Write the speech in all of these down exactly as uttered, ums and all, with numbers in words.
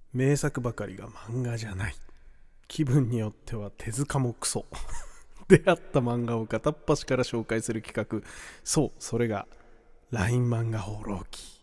名作ばかりが漫画じゃない。気分によっては手塚もクソ。出会った漫画を片っ端から紹介する企画。そう、それが ライン 漫画放浪記。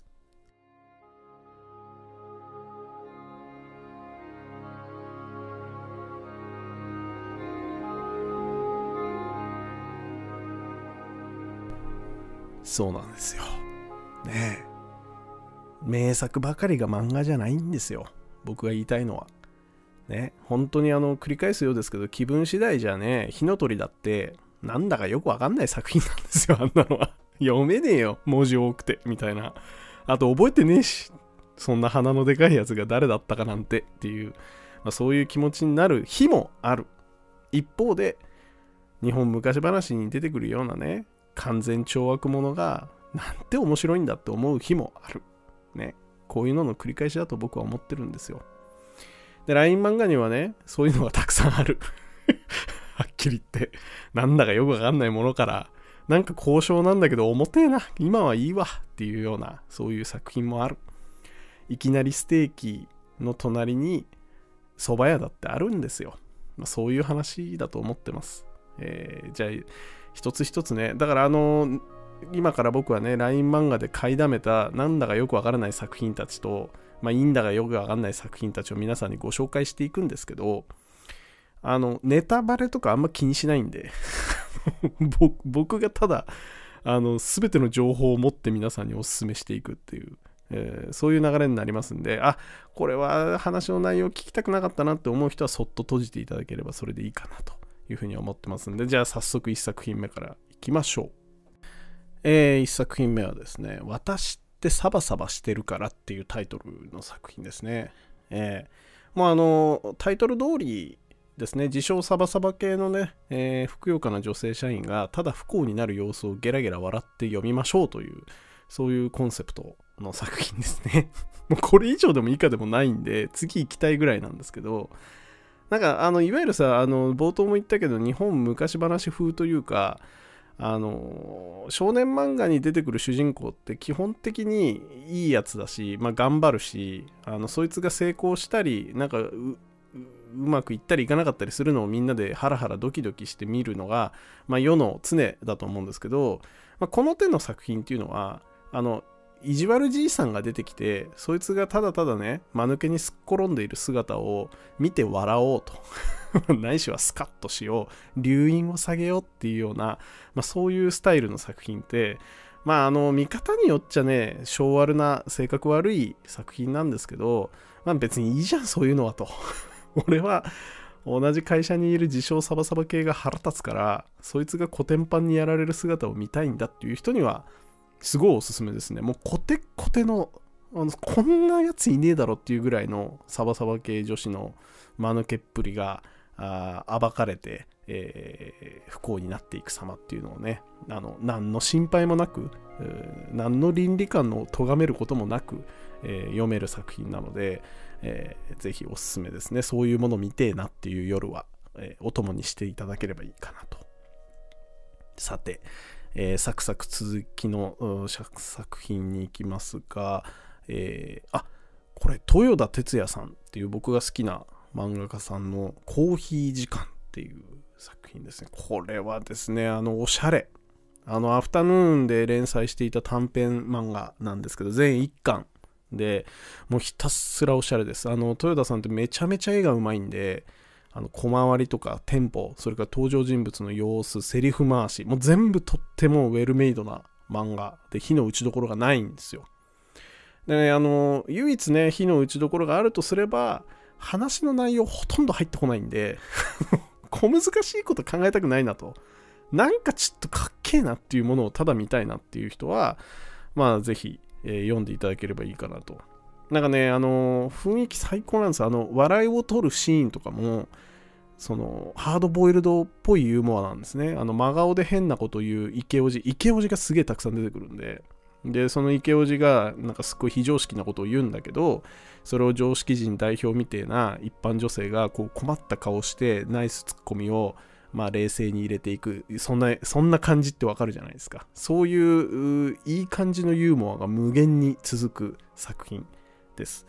そうなんですよ。ねえ。名作ばかりが漫画じゃないんですよ。僕が言いたいのは。ね、本当にあの繰り返すようですけど、気分次第じゃね、火の鳥だってなんだかよくわかんない作品なんですよ。あんなのは読めねえよ、文字多くてみたいな。あと覚えてねえし、そんな鼻のでかいやつが誰だったかなんてっていう、まあ、そういう気持ちになる日もある。一方で日本昔話に出てくるようなね、完全懲悪者がなんて面白いんだって思う日もあるね。こういうのの繰り返しだと僕は思ってるんですよ。で、ライン 漫画にはね、そういうのがたくさんある。はっきり言って。なんだかよくわかんないものから、なんか交渉なんだけど重てえな、今はいいわっていうような、そういう作品もある。いきなりステーキの隣に蕎麦屋だってあるんですよ。まあ、そういう話だと思ってます。えー、じゃあ、一つ一つね、だからあの、今から僕はね、ライン 漫画で買いだめた、なんだかよくわからない作品たちと、まあいいんだがよくわかんない作品たちを皆さんにご紹介していくんですけど、あのネタバレとかあんま気にしないんで僕がただあの全ての情報を持って皆さんにお勧めしていくっていう、えー、そういう流れになりますんで、あ、これは話の内容聞きたくなかったなって思う人はそっと閉じていただければそれでいいかなというふうに思ってますんで、じゃあ早速いっさく品目からいきましょう。えー、いっさく品目はですね、私ってサバサバしてるからっていうタイトルの作品ですね。えー、もうあのタイトル通りですね、自称サバサバ系のね、えー、ふくよかな女性社員がただ不幸になる様子をゲラゲラ笑って読みましょうという、そういうコンセプトの作品ですね。もうこれ以上でも以下でもないんで次行きたいぐらいなんですけど、なんかあのいわゆるさ、あの冒頭も言ったけど日本昔話風というか、あの少年漫画に出てくる主人公って基本的にいいやつだし、まあ、頑張るし、あのそいつが成功したりなんか う, う, うまくいったりいかなかったりするのをみんなでハラハラドキドキして見るのが、まあ、世の常だと思うんですけど、まあ、この手の作品っていうのはあの意地悪じいさんが出てきて、そいつがただただね間抜けにすっ転んでいる姿を見て笑おうとないしはスカッとしよう、留飲を下げようっていうような、まあ、そういうスタイルの作品って、まああの見方によっちゃね性悪な性格悪い作品なんですけど、まあ、別にいいじゃんそういうのはと俺は同じ会社にいる自称サバサバ系が腹立つから、そいつがコテンパンにやられる姿を見たいんだっていう人にはすごいおすすめですね。もうコテコテの、あのこんなやついねえだろっていうぐらいのサバサバ系女子の間抜けっぷりがあ暴かれて、えー、不幸になっていく様っていうのをね、あの何の心配もなく、えー、何の倫理観を咎めることもなく、えー、読める作品なので、えー、ぜひおすすめですね。そういうもの見てえなっていう夜は、えー、お供にしていただければいいかなと。さて、えー、サクサク続きの作品に行きますが、えー、あ、これ豊田哲也さんっていう僕が好きな漫画家さんのコーヒー時間っていう作品ですね。これはですね、あのおしゃれ、あのアフタヌーンで連載していた短編漫画なんですけど、全いっかんでもうひたすらおしゃれです。あの豊田さんってめちゃめちゃ絵がうまいんで、あの小回りとかテンポ、それから登場人物の様子、セリフ回し、もう全部とってもウェルメイドな漫画で、火の打ちどころがないんですよ。でね、あの唯一ね火の打ちどころがあるとすれば、話の内容ほとんど入ってこないんで小難しいこと考えたくないなと、なんかちょっとかっけえなっていうものをただ見たいなっていう人は、まあぜひ、えー、読んでいただければいいかなと。なんかね、あの雰囲気最高なんですよ。あの笑いを取るシーンとかも、そのハードボイルドっぽいユーモアなんですね。あの真顔で変なこと言うイケオジ、イケオジがすげえたくさん出てくるんで、でそのイケオジがなんかすごい非常識なことを言うんだけど、それを常識人代表みてえな一般女性がこう困った顔してナイスツッコミをまあ冷静に入れていく、そんなそんな感じってわかるじゃないですか。そういういい感じのユーモアが無限に続く作品です。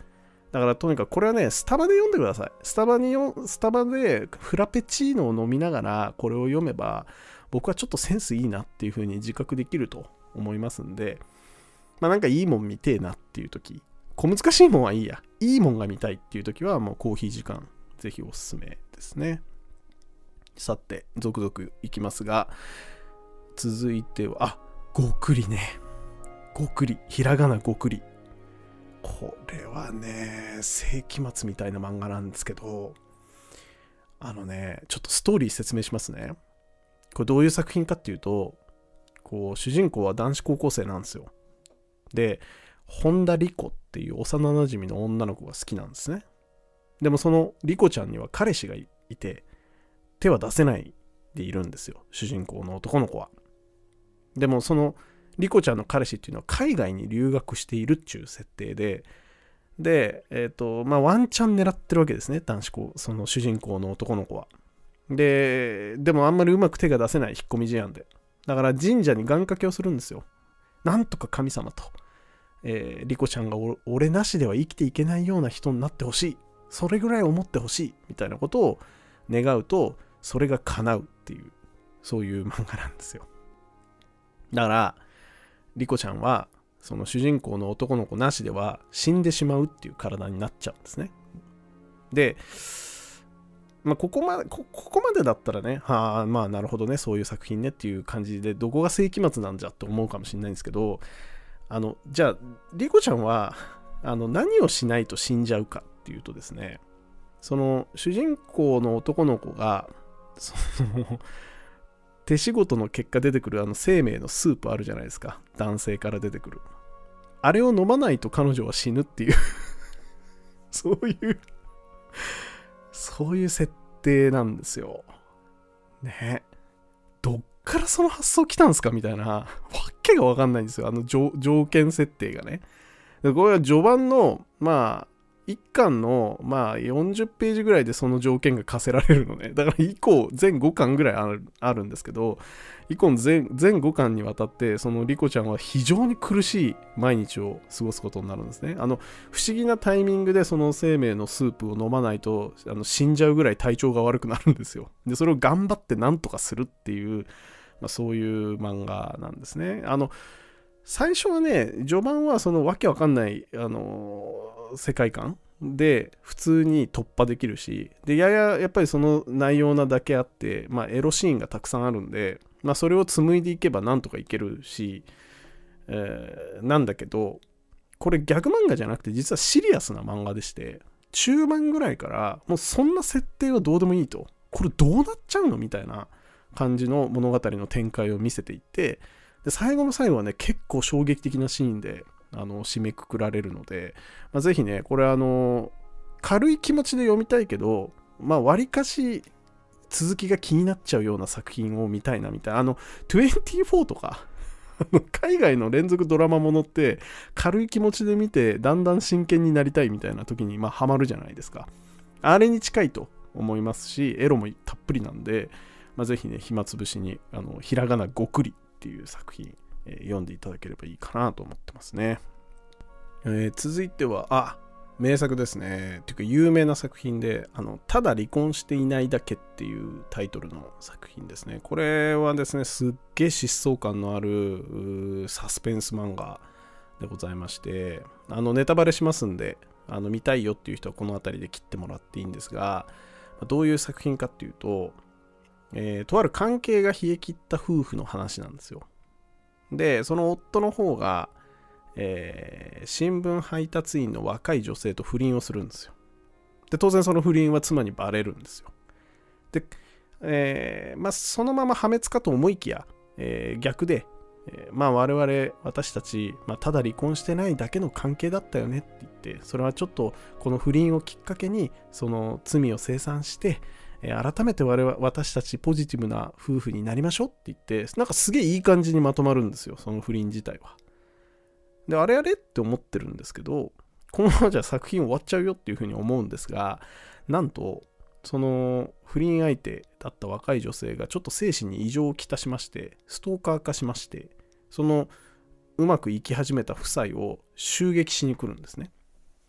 だからとにかくこれはね、スタバで読んでください。スタバによ、スタバでフラペチーノを飲みながらこれを読めば、僕はちょっとセンスいいなっていう風に自覚できると思いますんで、まあなんかいいもん見てえなっていう時、小難しいもんはいいや。いいもんが見たいっていう時はもうコーヒー時間、ぜひおすすめですね。さて、続々いきますが、続いては、あ、ごくりね。ごくり、ひらがなごくり。これはね、世紀末みたいな漫画なんですけど、あのね、ちょっとストーリー説明しますね。これどういう作品かっていうと、こう主人公は男子高校生なんですよ。で、本田理子っていう幼馴染の女の子が好きなんですね。でもその理子ちゃんには彼氏がいて、手は出せないでいるんですよ、主人公の男の子は。でもそのリコちゃんの彼氏っていうのは海外に留学しているっていう設定で、で、えっと、まあワンチャン狙ってるわけですね、男子校、その主人公の男の子は。で、でもあんまりうまく手が出せない引っ込み思案で。だから神社に願掛けをするんですよ。なんとか神様と、えー、リコちゃんが俺なしでは生きていけないような人になってほしい。それぐらい思ってほしい。みたいなことを願うと、それが叶うっていう、そういう漫画なんですよ。だから、リコちゃんはその主人公の男の子なしでは死んでしまうっていう体になっちゃうんですね。で、まあ、ここまでこここまでだったらね、はあ、まあなるほどね、そういう作品ねっていう感じで、どこが世紀末なんじゃって思うかもしれないんですけど、あのじゃあリコちゃんはあの何をしないと死んじゃうかっていうとですね、その主人公の男の子がその手仕事の結果出てくるあの生命のスープあるじゃないですか、男性から出てくるあれを飲まないと彼女は死ぬっていうそういうそういう設定なんですよね。どっからその発想来たんすかみたいな、わけがわかんないんですよ、あの 条, 条件設定がね。でこれは序盤のまあいっかんのまあよんじゅっページぐらいでその条件が課せられるのね。だから以降全ごかんぐらいあ る, あるんですけど、以降全全ごかんにわたってそのリコちゃんは非常に苦しい毎日を過ごすことになるんですね。あの不思議なタイミングでその生命のスープを飲まないとあの死んじゃうぐらい体調が悪くなるんですよ。でそれを頑張ってなんとかするっていう、まあ、そういう漫画なんですね。あの最初はね、序盤はそのわけわかんない、あのー、世界観で普通に突破できるし、でやややっぱりその内容なだけあって、まあ、エロシーンがたくさんあるんで、まあ、それを紡いでいけばなんとかいけるし、えー、なんだけど、これ逆漫画じゃなくて実はシリアスな漫画でして、中盤ぐらいからもうそんな設定はどうでもいいと、これどうなっちゃうのみたいな感じの物語の展開を見せていって、で最後の最後はね、結構衝撃的なシーンであの締めくくられるので、まあ、ぜひね、これあの軽い気持ちで読みたいけど、まあ割かし続きが気になっちゃうような作品を見たいなみたいな、あのにじゅうよんとか海外の連続ドラマものって軽い気持ちで見てだんだん真剣になりたいみたいな時にまあハマるじゃないですか。あれに近いと思いますし、エロもたっぷりなんで、まあ、ぜひね、暇つぶしにあのひらがなごくりっていう作品、えー、読んでいただければいいかなと思ってますね。えー、続いては、あ、名作ですね。っていうか有名な作品で、あのただ離婚していないだけっていうタイトルの作品ですね。これはですね、すっげえ疾走感のあるサスペンス漫画でございまして、あのネタバレしますんで、あの見たいよっていう人はこの辺りで切ってもらっていいんですが、どういう作品かっていうと、えー、とある関係が冷え切った夫婦の話なんですよ。で、その夫の方が、えー、新聞配達員の若い女性と不倫をするんですよ。で、当然その不倫は妻にバレるんですよ。で、えー、まあそのまま破滅かと思いきや、えー、逆で、えー、まあ我々私たち、まあ、ただ離婚してないだけの関係だったよねって言って、それはちょっとこの不倫をきっかけにその罪を清算して、改めて我々私たちポジティブな夫婦になりましょうって言って、なんかすげえいい感じにまとまるんですよ、その不倫自体は。で、あれあれって思ってるんですけど、このままじゃ作品終わっちゃうよっていうふうに思うんですが、なんとその不倫相手だった若い女性がちょっと精神に異常をきたしまして、ストーカー化しまして、そのうまくいき始めた夫妻を襲撃しに来るんですね。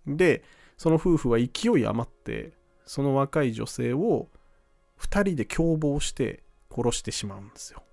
でその夫婦は勢い余ってその若い女性をふたりで共謀して殺してしまうんですよ。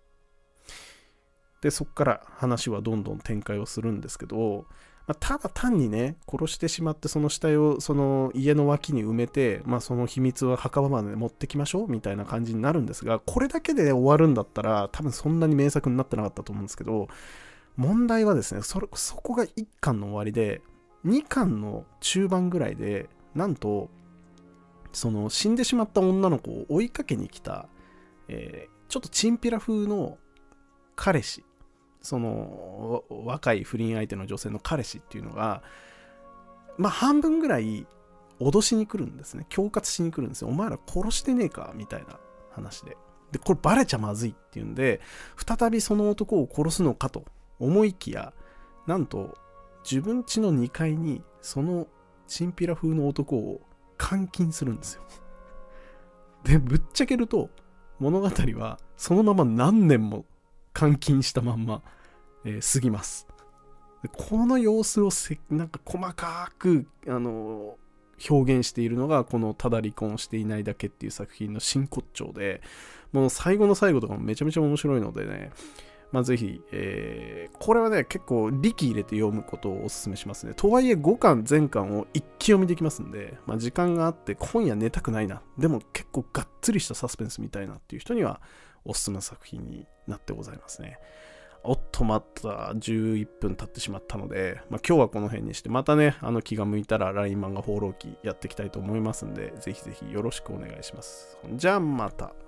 でそこから話はどんどん展開をするんですけど、まあ、ただ単にね殺してしまってその死体をその家の脇に埋めて、まあ、その秘密は墓場まで持ってきましょうみたいな感じになるんですが、これだけで終わるんだったら多分そんなに名作になってなかったと思うんですけど、問題はですね そ, そこがいっかんの終わりで、にかんの中盤ぐらいでなんとその死んでしまった女の子を追いかけに来た、えー、ちょっとチンピラ風の彼氏、その若い不倫相手の女性の彼氏っていうのがまあ半分ぐらい脅しに来るんですね。恐喝しに来るんですよ。お前ら殺してねえかみたいな話で。でこれバレちゃまずいっていうんで再びその男を殺すのかと思いきや、なんと自分家のにかいにそのチンピラ風の男を監禁するんですよ。でぶっちゃけると物語はそのまま何年も監禁したまんま、えー、過ぎます。でこの様子をせなんか細かく、あのー、表現しているのがこのただ離婚していないだけっていう作品の真骨頂で、もう最後の最後とかもめちゃめちゃ面白いのでね、まあ、ぜひ、えー、これはね結構力入れて読むことをお勧めしますね。とはいえごかん全巻を一気読みできますんで、まあ、時間があって今夜寝たくないな、でも結構がっつりしたサスペンスみたいなっていう人にはおすすめの作品になってございますね。おっとまたじゅういっぷん経ってしまったので、まあ、今日はこの辺にして、またねあの気が向いたら ライン 漫画放浪記やっていきたいと思いますんで、ぜひぜひよろしくお願いします。じゃあまた。